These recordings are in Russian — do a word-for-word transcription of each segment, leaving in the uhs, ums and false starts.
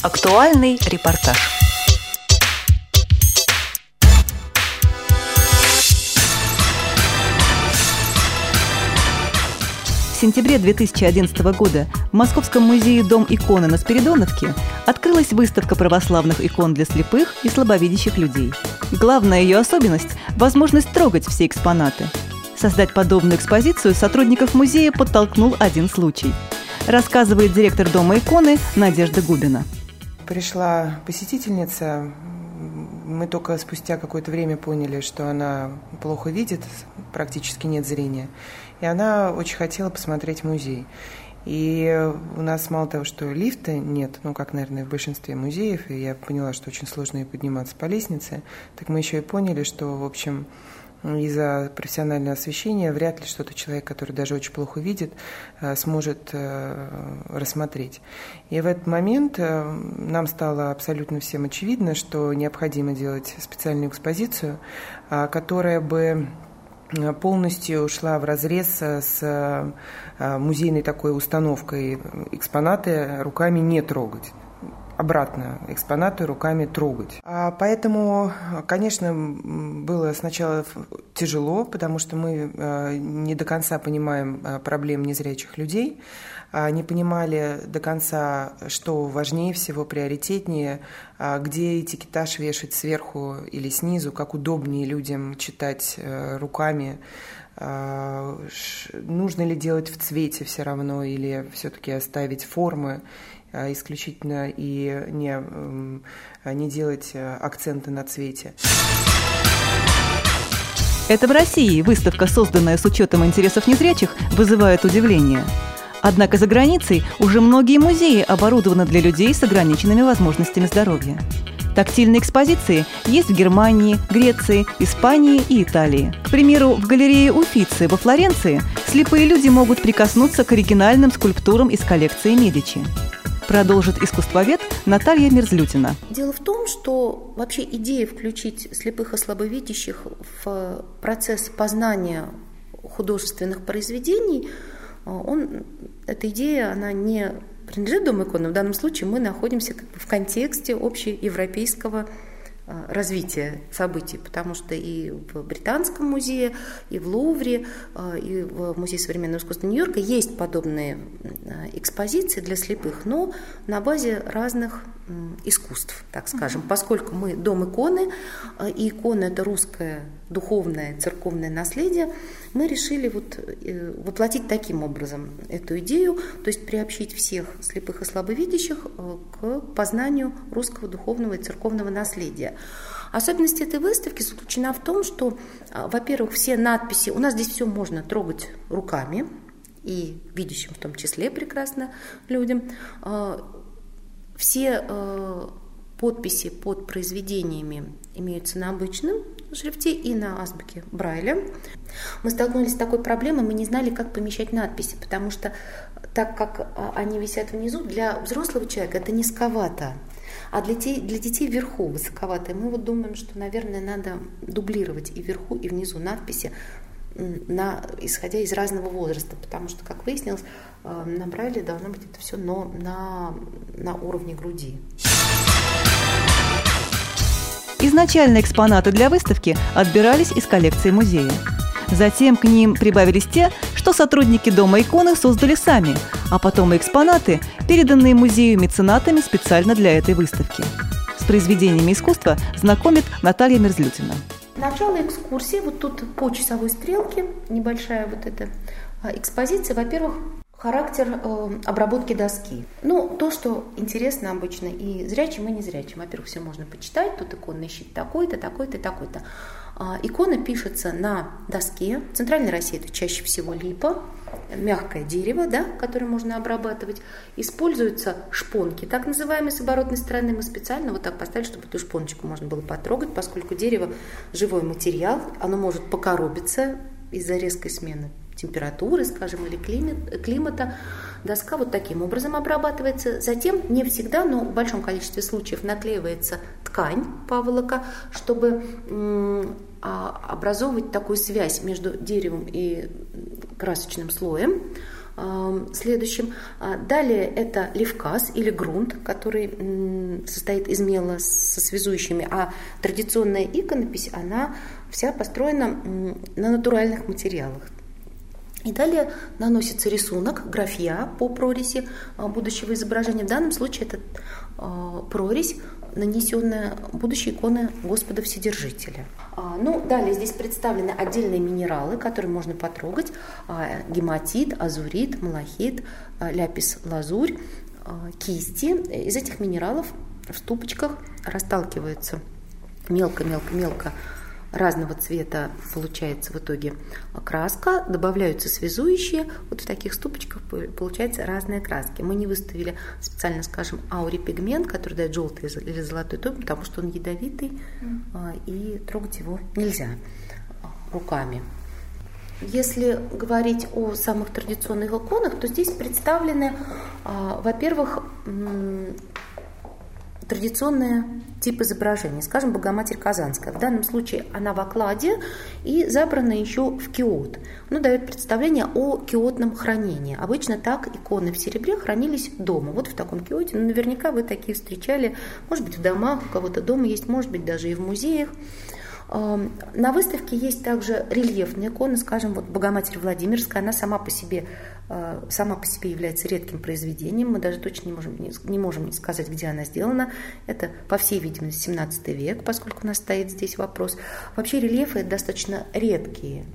Актуальный репортаж. В сентябре две тысячи одиннадцатого года в Московском музее «Дом иконы» на Спиридоновке открылась выставка православных икон для слепых и слабовидящих людей. Главная ее особенность – возможность трогать все экспонаты. Создать подобную экспозицию сотрудников музея подтолкнул один случай. Рассказывает директор Дома иконы Надежда Губина. Пришла посетительница, мы только спустя какое-то время поняли, что она плохо видит, практически нет зрения, и она очень хотела посмотреть музей. И у нас мало того, что лифта нет, ну, как, наверное, в большинстве музеев, и я поняла, что очень сложно ей подниматься по лестнице, так мы еще и поняли, что, в общем, из-за профессионального освещения вряд ли что-то человек, который даже очень плохо видит, сможет рассмотреть. И в этот момент нам стало абсолютно всем очевидно, что необходимо делать специальную экспозицию, которая бы полностью шла вразрез с музейной такой установкой: экспонаты руками не трогать. Обратно, экспонаты руками трогать. А поэтому, конечно, было сначала тяжело, потому что мы не до конца понимаем проблем незрячих людей, не понимали до конца, что важнее всего, приоритетнее, где этикетаж вешать сверху или снизу, как удобнее людям читать руками. Нужно ли делать в цвете все равно или все-таки оставить формы исключительно и не, не делать акценты на цвете. Это в России выставка, созданная с учетом интересов незрячих, вызывает удивление. Однако за границей уже многие музеи оборудованы для людей с ограниченными возможностями здоровья. Тактильные экспозиции есть в Германии, Греции, Испании и Италии. К примеру, в галерее Уффици во Флоренции слепые люди могут прикоснуться к оригинальным скульптурам из коллекции Медичи. Продолжит искусствовед Наталья Мерзлютина. Дело в том, что вообще идея включить слепых и слабовидящих в процесс познания художественных произведений, он, эта идея, она не принадлежит Дому иконы. В данном случае мы находимся как бы в контексте общеевропейского развития событий, потому что и в Британском музее, и в Лувре, и в Музее современного искусства Нью-Йорка есть подобные экспозиции для слепых, но на базе разных искусств, так скажем. Mm-hmm. Поскольку мы Дом иконы, и икона – это русское духовное, церковное наследие, мы решили вот воплотить таким образом эту идею, то есть приобщить всех слепых и слабовидящих к познанию русского духовного и церковного наследия. Особенность этой выставки заключена в том, что, во-первых, все надписи, у нас здесь все можно трогать руками, и видящим в том числе прекрасно людям. Все подписи под произведениями имеются на обычном шрифте и на азбуке Брайля. Мы столкнулись с такой проблемой, мы не знали, как помещать надписи, потому что так как они висят внизу, для взрослого человека это низковато, а для детей, для детей вверху высоковато. И мы вот думаем, что, наверное, надо дублировать и вверху, и внизу надписи, на, исходя из разного возраста, потому что, как выяснилось, на Брайле должно быть это все, но на, на уровне груди. Изначально экспонаты для выставки отбирались из коллекции музея. Затем к ним прибавились те, что сотрудники Дома иконы создали сами, а потом и экспонаты, переданные музею меценатами специально для этой выставки. С произведениями искусства знакомит Наталья Мерзлютина. Начало экскурсии, вот тут по часовой стрелке, небольшая вот эта экспозиция. Во-первых, характер э, обработки доски. Ну, то, что интересно обычно и зрячим, и незрячим. Во-первых, все можно почитать, тут иконный щит такой-то, такой-то, такой-то. А, икона пишется на доске. В Центральной России это чаще всего липа, мягкое дерево, да, которое можно обрабатывать. Используются шпонки, так называемые, с оборотной стороны. Мы специально вот так поставили, чтобы эту шпоночку можно было потрогать, поскольку дерево – живой материал, оно может покоробиться из-за резкой смены температуры, скажем, или климата. Доска вот таким образом обрабатывается. Затем не всегда, но в большом количестве случаев наклеивается ткань, паволока, чтобы м- образовывать такую связь между деревом и красочным слоем. следующим. Далее это левказ или грунт, который состоит из мела со связующими, а традиционная иконопись, она вся построена на натуральных материалах. И далее наносится рисунок, графья по прорези будущего изображения. В данном случае это прорезь, нанесенная будущей иконы Господа Вседержителя. Ну, далее здесь представлены отдельные минералы, которые можно потрогать. Гематит, азурит, малахит, ляпис-лазурь, кисти. Из этих минералов в ступочках расталкиваются мелко-мелко-мелко разного цвета, получается в итоге краска, добавляются связующие, вот в таких ступочках получаются разные краски. Мы не выставили специально, скажем, аурипигмент, который дает желтый или золотой тон, потому что он ядовитый, mm. и трогать его нельзя руками. Если говорить о самых традиционных иконах, то здесь представлены, во-первых, традиционные типы изображения, скажем, Богоматерь Казанская. В данном случае она в окладе и забрана еще в киот. Оно дает представление о киотном хранении. Обычно так иконы в серебре хранились дома. Вот в таком киоте. Ну, наверняка вы такие встречали, может быть, в домах, у кого-то дома есть, может быть, даже и в музеях. На выставке есть также рельефные иконы, скажем, вот Богоматерь Владимирская, она сама по себе, сама по себе является редким произведением, мы даже точно не можем, не можем сказать, где она сделана. Это, по всей видимости, семнадцатый век, поскольку у нас стоит здесь вопрос. Вообще рельефы достаточно редкие,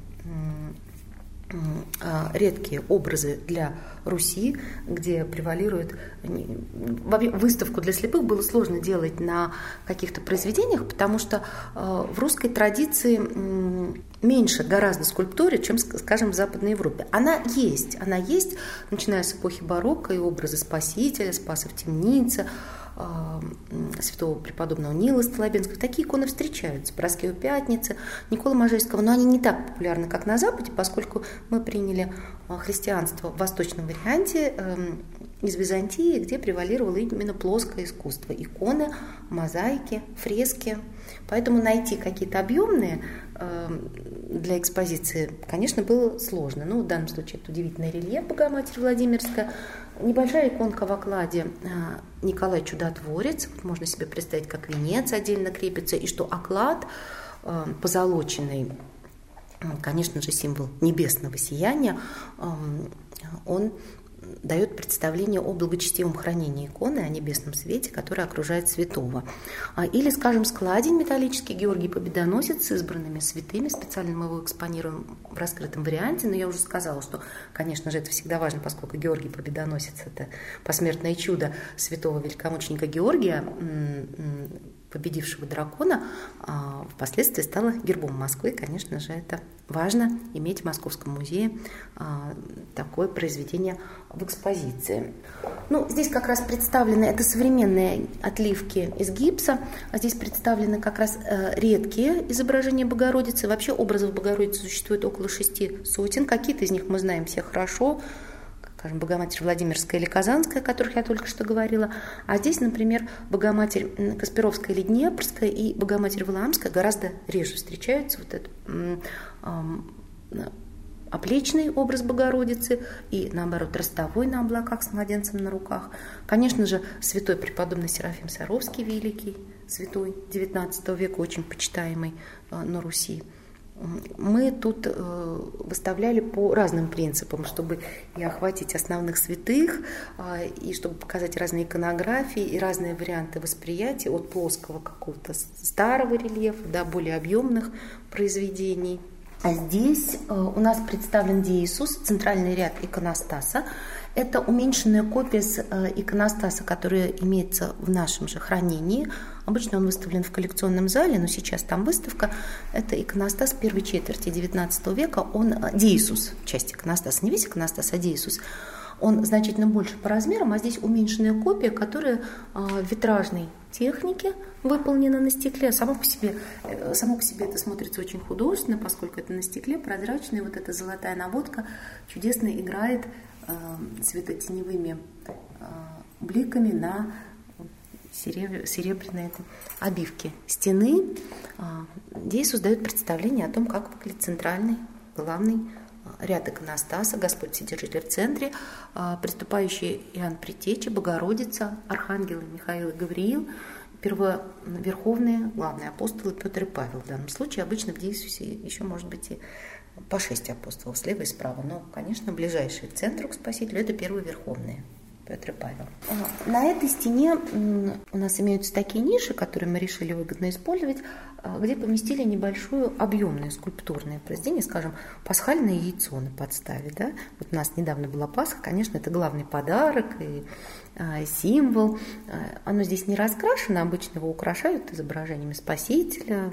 редкие образы для Руси, где превалирует... Выставку для слепых было сложно делать на каких-то произведениях, потому что в русской традиции меньше гораздо скульптуры, чем, скажем, в Западной Европе. Она есть, она есть, начиная с эпохи барокко, и образы Спасителя, Спаса в темнице, святого преподобного Нила Столобенского. Такие иконы встречаются. Параскева Пятницы, Николы Можайского, но они не так популярны, как на Западе, поскольку мы приняли христианство в восточном варианте из Византии, где превалировало именно плоское искусство. Иконы, мозаики, фрески. Поэтому найти какие-то объемные для экспозиции, конечно, было сложно. Ну, в данном случае это удивительный рельеф Богоматерь Владимирская. Небольшая иконка в окладе Николай Чудотворец. Можно себе представить, как венец отдельно крепится, и что оклад позолоченный, конечно же, символ небесного сияния, он дает представление о благочестивом хранении иконы, о небесном свете, который окружает святого. Или, скажем, складень металлический Георгий Победоносец с избранными святыми. Специально мы его экспонируем в раскрытом варианте, но я уже сказала, что, конечно же, это всегда важно, поскольку Георгий Победоносец – это посмертное чудо святого великомученика Георгия, победившего дракона, впоследствии стало гербом Москвы. Конечно же, это важно иметь в Московском музее такое произведение в экспозиции. Ну, здесь как раз представлены, это современные отливки из гипса, а здесь представлены как раз редкие изображения Богородицы. Вообще образов Богородицы существует около шести сотен. Какие-то из них мы знаем все хорошо, скажем, Богоматерь Владимирская или Казанская, о которых я только что говорила. А здесь, например, Богоматерь Касперовская или Днепрская и Богоматерь Валаамская гораздо реже встречаются. Вот этот оплечный образ Богородицы и, наоборот, ростовой на облаках с младенцем на руках. Конечно же, святой преподобный Серафим Саровский, великий святой девятнадцатого века, очень почитаемый на Руси. Мы тут выставляли по разным принципам, чтобы и охватить основных святых, и чтобы показать разные иконографии и разные варианты восприятия от плоского какого-то старого рельефа до более объемных произведений. А здесь у нас представлен Деисус, центральный ряд иконостаса. Это уменьшенная копия с иконостаса, которая имеется в нашем же хранении. Обычно он выставлен в коллекционном зале, но сейчас там выставка. Это иконостас первой четверти девятнадцатого века. Он Деисус, часть иконостаса, не весь иконостас, а Деисус. Он значительно больше по размерам, а здесь уменьшенная копия, которая в витражной технике выполнена на стекле. Само по себе, само по себе это смотрится очень художественно, поскольку это на стекле, прозрачная, вот эта золотая наводка чудесно играет э, светотеневыми э, бликами на серебр, серебряной обивке стены. Э, здесь создает представление о том, как выглядит центральный, главный ряд иконостаса, Господь Вседержитель в центре, приступающий Иоанн Предтеча, Богородица, архангелы Михаил и Гавриил, первоверховные, главные апостолы Петр и Павел. В данном случае обычно в Иисусе еще может быть и по шесть апостолов, слева и справа. Но, конечно, ближайшие к центру, к Спасителю, это первоверховные. Петр и Павел. На этой стене у нас имеются такие ниши, которые мы решили выгодно использовать, где поместили небольшое объемное скульптурное произведение, скажем, пасхальное яйцо на подставе. Да? Вот у нас недавно была Пасха, конечно, это главный подарок и а, символ. Оно здесь не раскрашено, обычно его украшают изображениями Спасителя,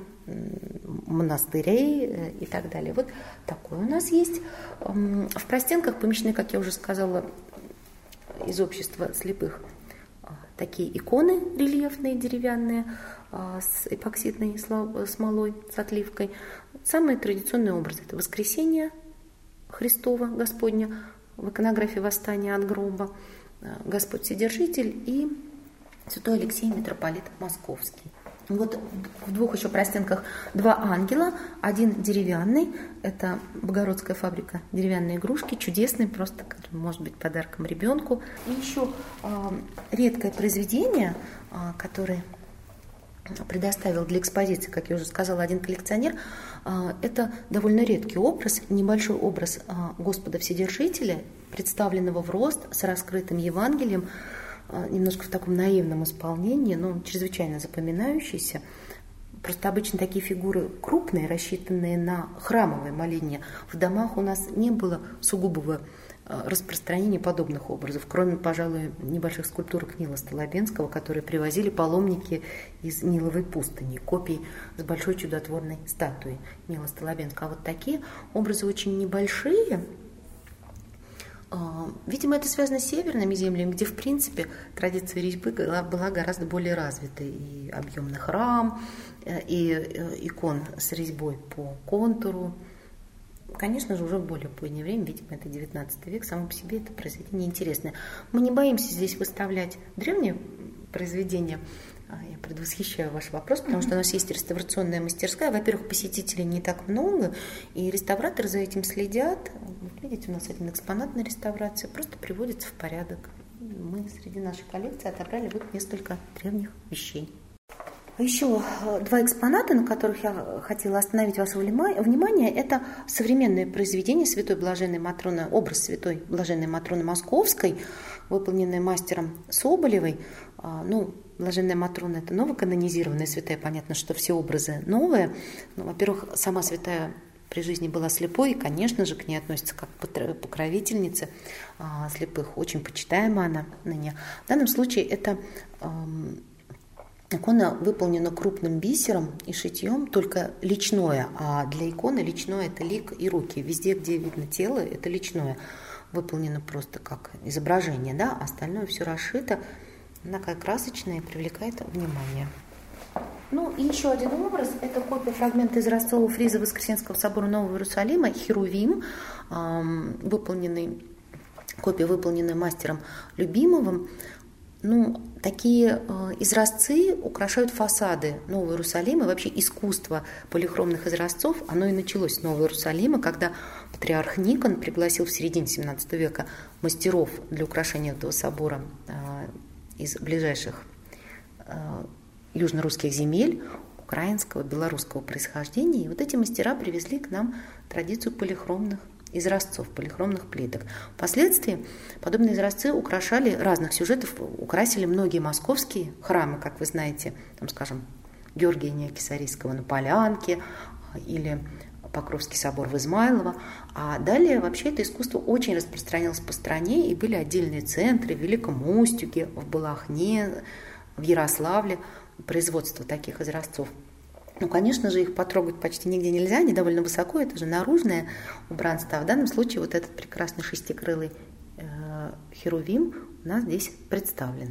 монастырей и так далее. Вот такое у нас есть. В простенках помещены, как я уже сказала, из общества слепых такие иконы рельефные, деревянные, с эпоксидной смолой, с отливкой. Самый традиционный образ – это воскресение Христова, Господня, в иконографии восстания от гроба, Господь Вседержитель и святой Алексей, митрополит Московский. Вот в двух еще простенках два ангела, один деревянный, это Богородская фабрика деревянной игрушки, чудесный, просто может быть подарком ребенку. И еще э, редкое произведение, э, которое предоставил для экспозиции, как я уже сказала, один коллекционер, э, это довольно редкий образ, небольшой образ э, Господа Вседержителя, представленного в рост с раскрытым Евангелием, немножко в таком наивном исполнении, но чрезвычайно запоминающийся. Просто обычно такие фигуры крупные, рассчитанные на храмовое моление. В домах у нас не было сугубого распространения подобных образов, кроме, пожалуй, небольших скульптурок Нила Столобенского, которые привозили паломники из Ниловой пустыни, копий с большой чудотворной статуей Нила Столобенского. А вот такие образы очень небольшие. Видимо, это связано с северными землями, где, в принципе, традиция резьбы была гораздо более развитой. И объемный храм, и икон с резьбой по контуру. Конечно же, уже в более позднее время, видимо, это девятнадцатый век, само по себе это произведение интересное. Мы не боимся здесь выставлять древние произведения. Я предвосхищаю ваш вопрос, потому что у нас есть реставрационная мастерская. Во-первых, посетителей не так много, и реставраторы за этим следят. Вот видите, у нас один экспонат на реставрации просто приводится в порядок. Мы среди нашей коллекции отобрали вот несколько древних вещей. Еще два экспоната, на которых я хотела остановить ваше внимание, это современное произведение Святой Блаженной Матроны, образ Святой Блаженной Матроны Московской, выполненный мастером Соболевой. Ну, Блаженная Матрона – это новоканонизированная святая, понятно, что все образы новые. Ну, во-первых, сама святая при жизни была слепой, и, конечно же, к ней относится как покровительница а, слепых. Очень почитаема она ныне. В данном случае это а, икона выполнена крупным бисером и шитьем, только личное, а для иконы личное – это лик и руки. Везде, где видно тело, это личное. Выполнено просто как изображение, да, остальное все расшито. Она такая красочная и привлекает внимание. Ну и еще один образ – это копия фрагмента из Изразцового фриза Воскресенского собора Нового Иерусалима «Херувим», выполненный, копия, выполненная мастером Любимовым. Ну, такие изразцы украшают фасады Нового Иерусалима. Вообще искусство полихромных изразцов, оно и началось с Нового Иерусалима, когда патриарх Никон пригласил в середине семнадцатого века мастеров для украшения этого собора из ближайших южно-русских земель, украинского, белорусского происхождения. И вот эти мастера привезли к нам традицию полихромных изразцов, полихромных плиток. Впоследствии подобные изразцы украшали разных сюжетов, украсили многие московские храмы, как вы знаете, там, скажем, Георгия Кесарийского на Полянке или Покровский собор в Измайлово. А далее вообще это искусство очень распространилось по стране, и были отдельные центры в Великом Устюге, в Балахне, в Ярославле, производство таких изразцов. Ну, конечно же, их потрогать почти нигде нельзя, они довольно высоко, это же наружное убранство. А в данном случае вот этот прекрасный шестикрылый э, херувим у нас здесь представлен.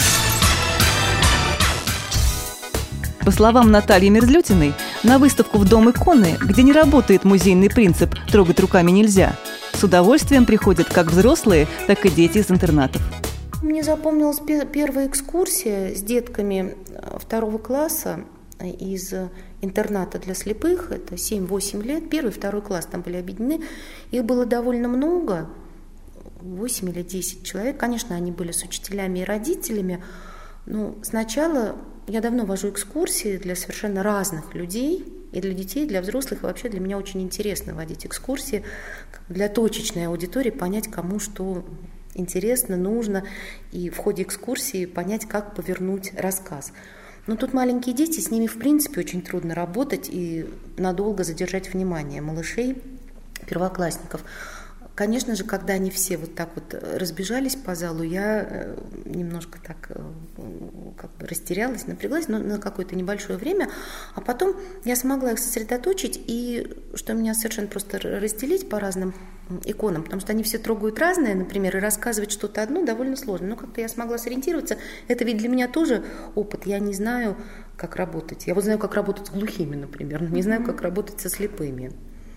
По словам Натальи Мерзлютиной, на выставку в Дом иконы, где не работает музейный принцип «трогать руками нельзя», с удовольствием приходят как взрослые, так и дети из интернатов. Мне запомнилась первая экскурсия с детками второго класса из интерната для слепых, это семь-восемь лет, первый, второй класс там были объединены, их было довольно много, восемь или десять человек, конечно, они были с учителями и родителями, но сначала я давно вожу экскурсии для совершенно разных людей, и для детей, и для взрослых, и вообще для меня очень интересно водить экскурсии для точечной аудитории, понять, кому что интересно, нужно, и в ходе экскурсии понять, как повернуть рассказ. Но тут маленькие дети, с ними в принципе очень трудно работать и надолго задержать внимание малышей, первоклассников. Конечно же, когда они все вот так вот разбежались по залу, я немножко так как бы растерялась, напряглась, но на какое-то небольшое время, а потом я смогла их сосредоточить, и что меня совершенно просто разделить по разным иконам, потому что они все трогают разное, например, и рассказывать что-то одно довольно сложно, но как-то я смогла сориентироваться, это ведь для меня тоже опыт, я не знаю, как работать, я вот знаю, как работать с глухими, например, но не знаю, как работать со слепыми.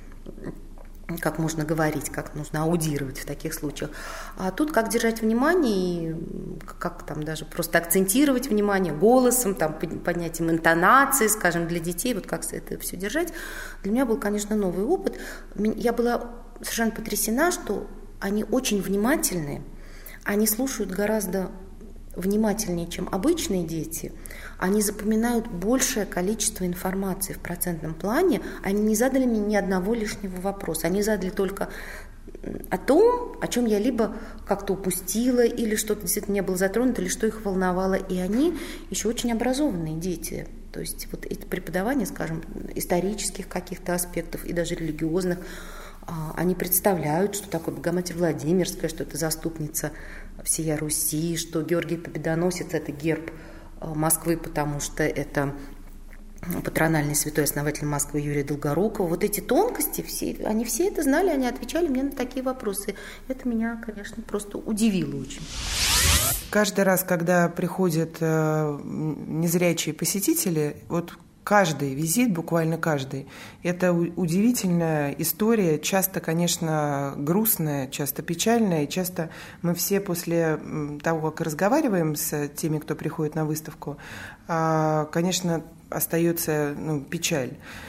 Как можно говорить, как нужно аудировать в таких случаях. А тут как держать внимание, как там даже просто акцентировать внимание голосом, там, поднятием интонации, скажем, для детей, вот как это все держать. Для меня был, конечно, новый опыт. Я была совершенно потрясена, что они очень внимательны, они слушают гораздо внимательнее, чем обычные дети, они запоминают большее количество информации в процентном плане, они не задали мне ни одного лишнего вопроса, они задали только о том, о чем я либо как-то упустила, или что-то действительно не было затронуто, или что их волновало, и они еще очень образованные дети, то есть вот это преподавание, скажем, исторических каких-то аспектов и даже религиозных, они представляют, что такое Богоматерь Владимирская, что это заступница всея Руси, что Георгий Победоносец – это герб Москвы, потому что это патрональный святой основатель Москвы Юрий Долгоруков. Вот эти тонкости, все, они все это знали, они отвечали мне на такие вопросы. Это меня, конечно, просто удивило очень. Каждый раз, когда приходят незрячие посетители, вот каждый визит, буквально каждый, это удивительная история, часто, конечно, грустная, часто печальная, и часто мы все после того, как разговариваем с теми, кто приходит на выставку, конечно, остается ну, печаль.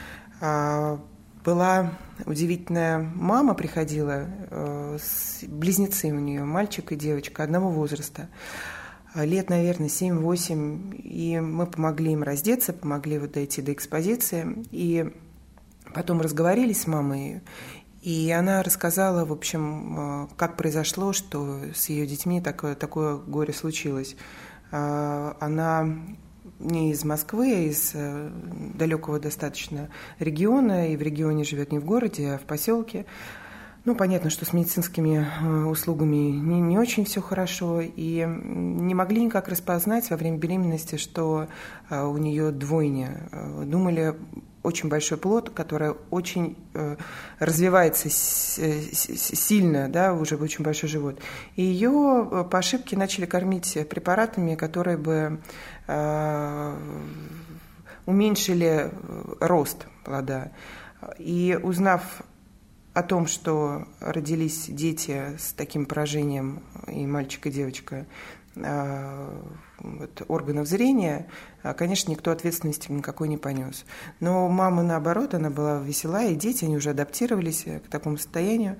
Была удивительная мама, приходила, близнецы у нее, мальчик и девочка одного возраста. Лет, наверное, семь-восемь, и мы помогли им раздеться, помогли вот дойти до экспозиции, и потом разговорились с мамой, и она рассказала, в общем, как произошло, что с ее детьми такое, такое горе случилось. Она не из Москвы, а из далекого достаточно региона, и в регионе живет не в городе, а в поселке. Ну, понятно, что с медицинскими услугами не, не очень все хорошо, и не могли никак распознать во время беременности, что у нее двойня. Думали, очень большой плод, который очень развивается сильно, да, уже очень большой живот. И ее по ошибке начали кормить препаратами, которые бы уменьшили рост плода. И узнав о том, что родились дети с таким поражением, и мальчик, и девочка, вот, органов зрения, конечно, никто ответственности никакой не понес. Но мама, наоборот, она была весела, и дети, они уже адаптировались к такому состоянию.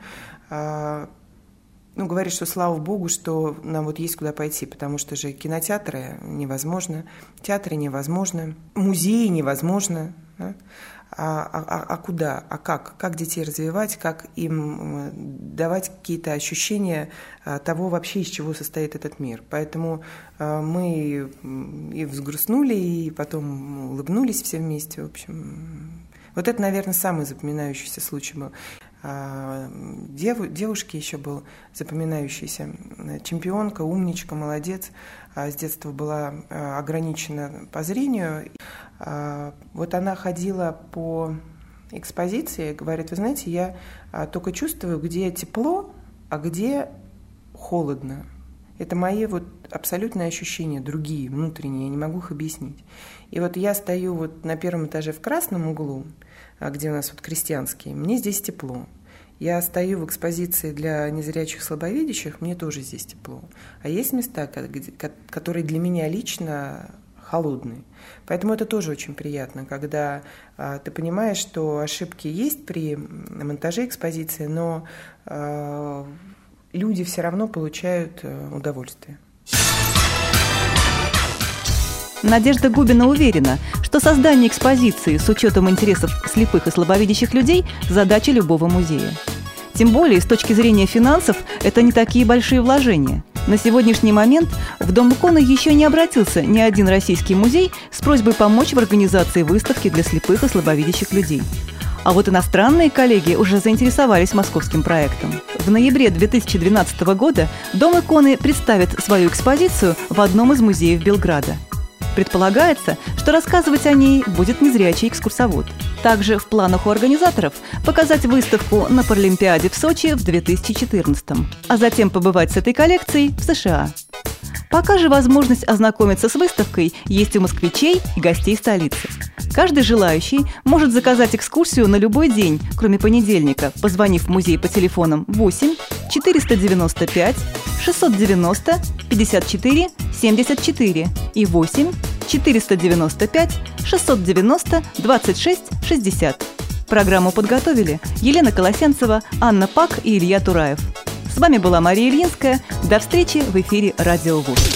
Ну, говорит, что слава богу, что нам вот есть куда пойти, потому что же кинотеатры невозможно, театры невозможно, музеи невозможно, да? А, а, а куда? А как? Как детей развивать? Как им давать какие-то ощущения того вообще, из чего состоит этот мир? Поэтому мы и взгрустнули, и потом улыбнулись все вместе. В общем, вот это, наверное, самый запоминающийся случай был. Дев, девушке еще был запоминающийся. Чемпионка, умничка, молодец. С детства была ограничена по зрению. Вот она ходила по экспозиции, говорит, вы знаете, я только чувствую, где тепло, а где холодно. Это мои вот абсолютные ощущения, другие, внутренние, я не могу их объяснить. И вот я стою вот на первом этаже в красном углу, где у нас вот крестьянские, мне здесь тепло. Я стою в экспозиции для незрячих слабовидящих, мне тоже здесь тепло. А есть места, которые для меня лично холодные. Поэтому это тоже очень приятно, когда а, ты понимаешь, что ошибки есть при монтаже экспозиции, но а, люди все равно получают а, удовольствие. Надежда Губина уверена, что создание экспозиции с учетом интересов слепых и слабовидящих людей – задача любого музея. Тем более, с точки зрения финансов, это не такие большие вложения. На сегодняшний момент в Дом иконы еще не обратился ни один российский музей с просьбой помочь в организации выставки для слепых и слабовидящих людей. А вот иностранные коллеги уже заинтересовались московским проектом. В ноябре две тысячи двенадцатого года Дом иконы представит свою экспозицию в одном из музеев Белграда. Предполагается, что рассказывать о ней будет незрячий экскурсовод. Также в планах у организаторов показать выставку на Паралимпиаде в Сочи в две тысячи четырнадцатом, а затем побывать с этой коллекцией в США. Пока же возможность ознакомиться с выставкой есть у москвичей и гостей столицы. Каждый желающий может заказать экскурсию на любой день, кроме понедельника, позвонив в музей по телефонам восемь четыреста девяносто пять шестьсот девяносто пятьдесят четыре семьдесят четыре и восемь четыреста девяносто пять шестьсот девяносто двадцать шесть шестьдесят. Программу подготовили Елена Колосенцева, Анна Пак и Илья Тураев. С вами была Мария Ильинская. До встречи в эфире Радио ВУЗ.